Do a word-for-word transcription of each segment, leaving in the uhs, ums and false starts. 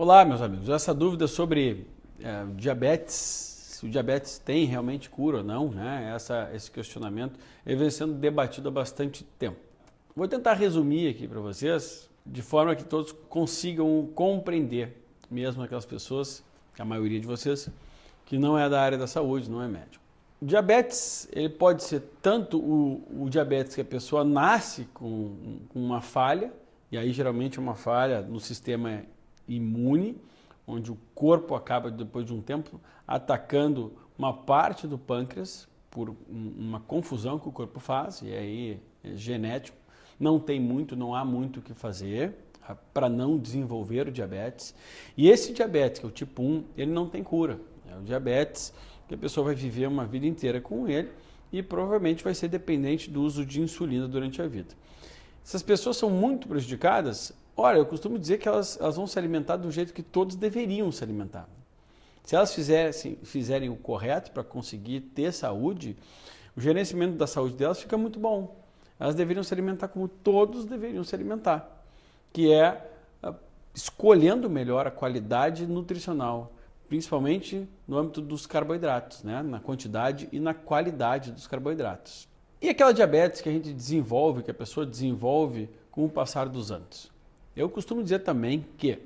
Olá, meus amigos. Essa dúvida sobre é, diabetes, se o diabetes tem realmente cura ou não, né? Essa, esse questionamento vem sendo debatido há bastante tempo. Vou tentar resumir aqui para vocês, de forma que todos consigam compreender, mesmo aquelas pessoas, a maioria de vocês, que não é da área da saúde, não é médico. O diabetes, ele pode ser tanto o, o diabetes que a pessoa nasce com, com uma falha, e aí geralmente é uma falha no sistema imune, onde o corpo acaba, depois de um tempo, atacando uma parte do pâncreas por uma confusão que o corpo faz, e aí é genético. Não tem muito, não há muito o que fazer para não desenvolver o diabetes. E esse diabetes, que é o tipo um, ele não tem cura. É o diabetes que a pessoa vai viver uma vida inteira com ele e provavelmente vai ser dependente do uso de insulina durante a vida. Essas pessoas são muito prejudicadas. Olha, eu costumo dizer que elas, elas vão se alimentar do jeito que todos deveriam se alimentar. Se elas fizerem, fizerem o correto para conseguir ter saúde, o gerenciamento da saúde delas fica muito bom. Elas deveriam se alimentar como todos deveriam se alimentar, que é escolhendo melhor a qualidade nutricional, principalmente no âmbito dos carboidratos, né? Na quantidade e na qualidade dos carboidratos. E aquela diabetes que a gente desenvolve, que a pessoa desenvolve com o passar dos anos? Eu costumo dizer também que,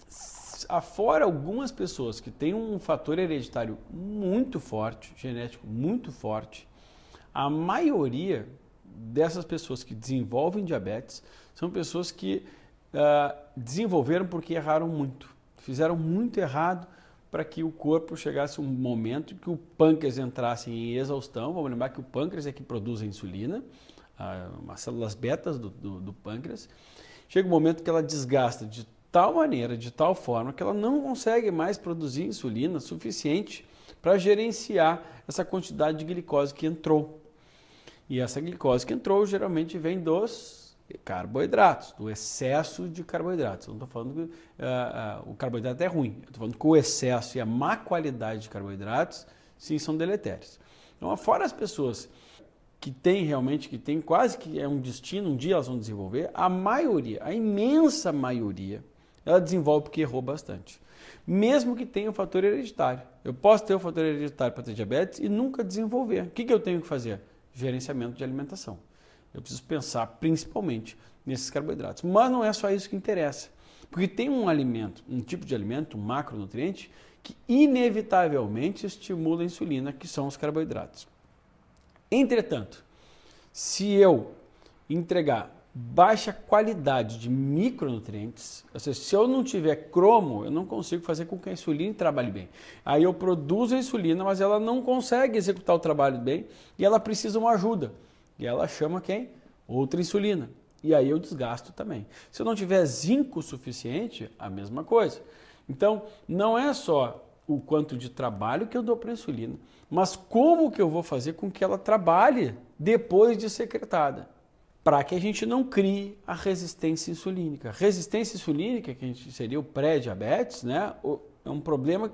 afora algumas pessoas que têm um fator hereditário muito forte, genético muito forte, a maioria dessas pessoas que desenvolvem diabetes são pessoas que uh, desenvolveram porque erraram muito, fizeram muito errado para que o corpo chegasse um momento que o pâncreas entrasse em exaustão. Vamos lembrar que o pâncreas é que produz a insulina, uh, as células betas do, do, do pâncreas. Chega um momento que ela desgasta de tal maneira, de tal forma, que ela não consegue mais produzir insulina suficiente para gerenciar essa quantidade de glicose que entrou. E essa glicose que entrou geralmente vem dos carboidratos, do excesso de carboidratos. Eu não estou falando que uh, uh, o carboidrato é ruim, eu estou falando que o excesso e a má qualidade de carboidratos, sim, são deletérios. Então, fora as pessoas que tem realmente, que tem quase que é um destino, um dia elas vão desenvolver, a maioria, a imensa maioria, ela desenvolve porque errou bastante. Mesmo que tenha o fator hereditário. Eu posso ter o fator hereditário para ter diabetes e nunca desenvolver. O que, que eu tenho que fazer? Gerenciamento de alimentação. Eu preciso pensar principalmente nesses carboidratos. Mas não é só isso que interessa. Porque tem um alimento, um tipo de alimento, um macronutriente, que inevitavelmente estimula a insulina, que são os carboidratos. Entretanto, se eu entregar baixa qualidade de micronutrientes, ou seja, se eu não tiver cromo, eu não consigo fazer com que a insulina trabalhe bem. Aí eu produzo a insulina, mas ela não consegue executar o trabalho bem e ela precisa de uma ajuda. E ela chama quem? Outra insulina. E aí eu desgasto também. Se eu não tiver zinco suficiente, a mesma coisa. Então, não é só o quanto de trabalho que eu dou para a insulina, mas como que eu vou fazer com que ela trabalhe depois de secretada, para que a gente não crie a resistência insulínica. Resistência insulínica, que a gente seria o pré-diabetes, né, é um problema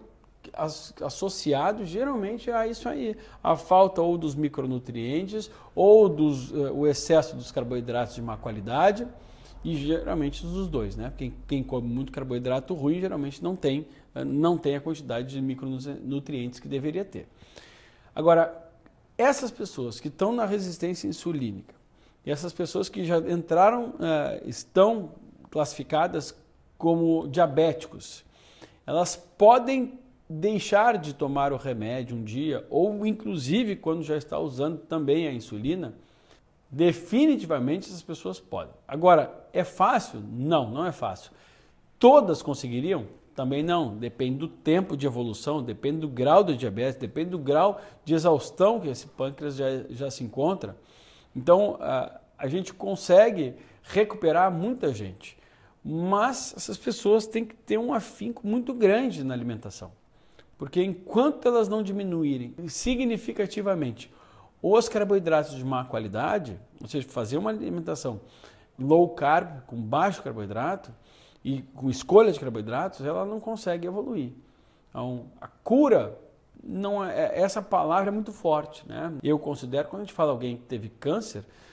associado geralmente a isso aí, a falta ou dos micronutrientes ou dos, uh, o excesso dos carboidratos de má qualidade, e geralmente dos dois, né? Quem, quem come muito carboidrato ruim geralmente não tem, não tem a quantidade de micronutrientes que deveria ter. Agora, essas pessoas que estão na resistência insulínica e essas pessoas que já entraram, uh, estão classificadas como diabéticos, elas podem deixar de tomar o remédio um dia, ou inclusive quando já está usando também a insulina. Definitivamente essas pessoas podem. Agora, é fácil? Não, não é fácil. Todas conseguiriam? Também não. Depende do tempo de evolução, depende do grau de diabetes, depende do grau de exaustão que esse pâncreas já, já se encontra. Então, a, a gente consegue recuperar muita gente, mas essas pessoas têm que ter um afinco muito grande na alimentação. Porque enquanto elas não diminuírem significativamente os carboidratos de má qualidade, ou seja, fazer uma alimentação low carb, com baixo carboidrato e com escolha de carboidratos, ela não consegue evoluir. Então, a cura, não é, essa palavra é muito forte, né? Eu considero, quando a gente fala alguém que teve câncer,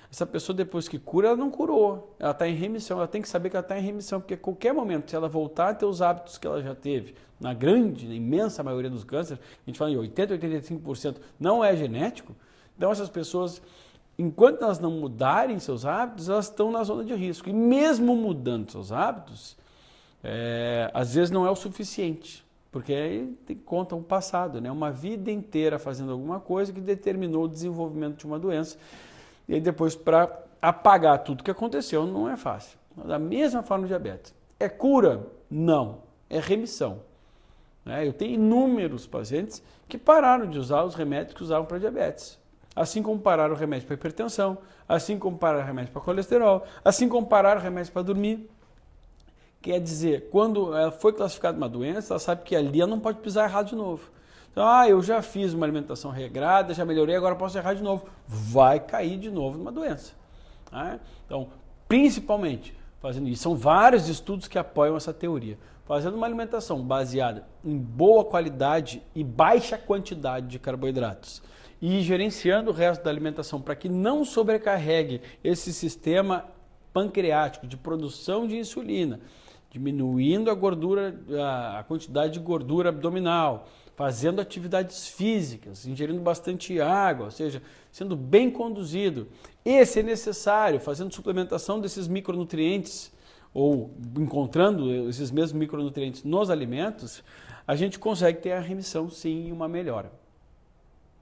Essa pessoa, depois que cura, ela não curou. Ela está em remissão. Ela tem que saber que ela está em remissão, porque a qualquer momento, se ela voltar a ter os hábitos que ela já teve, na grande, na imensa maioria dos cânceres, a gente fala em oitenta, oitenta e cinco por cento, não é genético. Então, essas pessoas, enquanto elas não mudarem seus hábitos, elas estão na zona de risco. E mesmo mudando seus hábitos, é, às vezes não é o suficiente. Porque aí tem, conta um passado, né? Uma vida inteira fazendo alguma coisa que determinou o desenvolvimento de uma doença. E aí depois, para apagar tudo que aconteceu, não é fácil. Da mesma forma, o diabetes. É cura? Não. É remissão. Né? Eu tenho inúmeros pacientes que pararam de usar os remédios que usavam para diabetes. Assim como pararam o remédio para hipertensão, assim como pararam o remédio para colesterol, assim como pararam o remédio para dormir. Quer dizer, quando ela foi classificada uma doença, ela sabe que ali ela não pode pisar errado de novo. Então, ah, eu já fiz uma alimentação regrada, já melhorei, agora posso errar de novo. Vai cair de novo numa doença. Tá? Então, principalmente, fazendo isso, são vários estudos que apoiam essa teoria. Fazendo uma alimentação baseada em boa qualidade e baixa quantidade de carboidratos e gerenciando o resto da alimentação para que não sobrecarregue esse sistema pancreático de produção de insulina, diminuindo a gordura, a quantidade de gordura abdominal, fazendo atividades físicas, ingerindo bastante água, ou seja, sendo bem conduzido. E, se necessário, fazendo suplementação desses micronutrientes ou encontrando esses mesmos micronutrientes nos alimentos, a gente consegue ter a remissão, sim, e uma melhora.